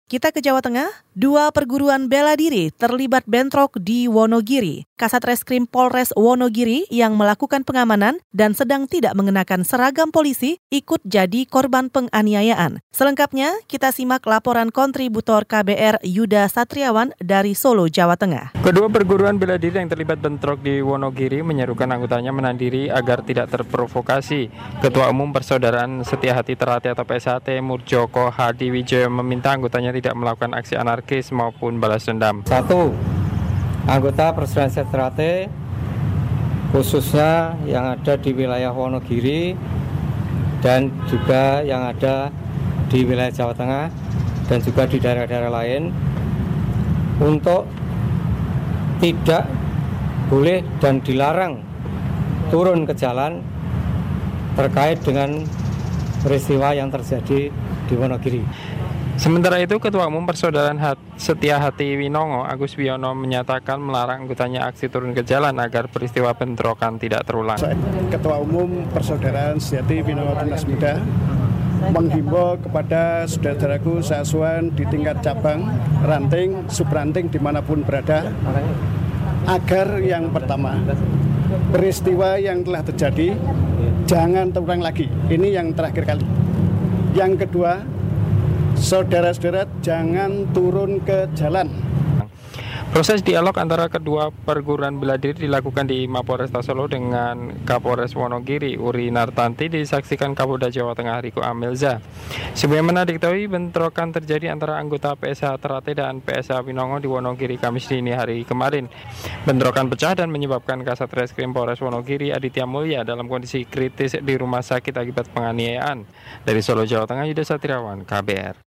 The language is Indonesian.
Kita ke Jawa Tengah, 2 perguruan bela diri terlibat bentrok di Wonogiri. Kasat Reskrim Polres Wonogiri yang melakukan pengamanan dan sedang tidak mengenakan seragam polisi ikut jadi korban penganiayaan. Selengkapnya, kita simak laporan kontributor KBR Yuda Satriawan dari Solo, Jawa Tengah. Kedua perguruan bela diri yang terlibat bentrok di Wonogiri menyerukan anggotanya menahan diri agar tidak terprovokasi. Ketua Umum Persaudaraan Setia Hati Terate atau PSHT Murjoko Hadi Wijoyo meminta anggotanya tidak melakukan aksi anarkis maupun balas dendam. 1. Anggota Persaudaraan Setia Terate khususnya yang ada di wilayah Wonogiri dan juga yang ada di wilayah Jawa Tengah dan juga di daerah-daerah lain untuk tidak boleh dan dilarang turun ke jalan terkait dengan peristiwa yang terjadi di Wonogiri. Sementara itu, Ketua Umum Persaudaraan Setia Hati Winongo, Agus Wiono, menyatakan melarang anggotanya aksi turun ke jalan agar peristiwa bentrokan tidak terulang. Ketua Umum Persaudaraan Setia Hati Winongo Tunas Muda menghimbau kepada saudara-saudaraku seasuan di tingkat cabang, ranting, subranting dimanapun berada, agar yang pertama, peristiwa yang telah terjadi jangan terulang lagi. Ini yang terakhir kali. Yang kedua, saudara-saudara jangan turun ke jalan. Proses dialog antara kedua perguruan bela diri dilakukan di Mapolresta Solo dengan Kapolres Wonogiri Uri Nartanti, disaksikan Kapolda Jawa Tengah Riko Amilza. Sebagaimana diketahui, bentrokan terjadi antara anggota PSH Terate dan PSH Winongo di Wonogiri Kamis dini hari kemarin. Bentrokan pecah dan menyebabkan Kasat Reskrim Polres Wonogiri Aditya Mulya dalam kondisi kritis di rumah sakit akibat penganiayaan. Dari Solo, Jawa Tengah, Yuda Satriawan, KBR.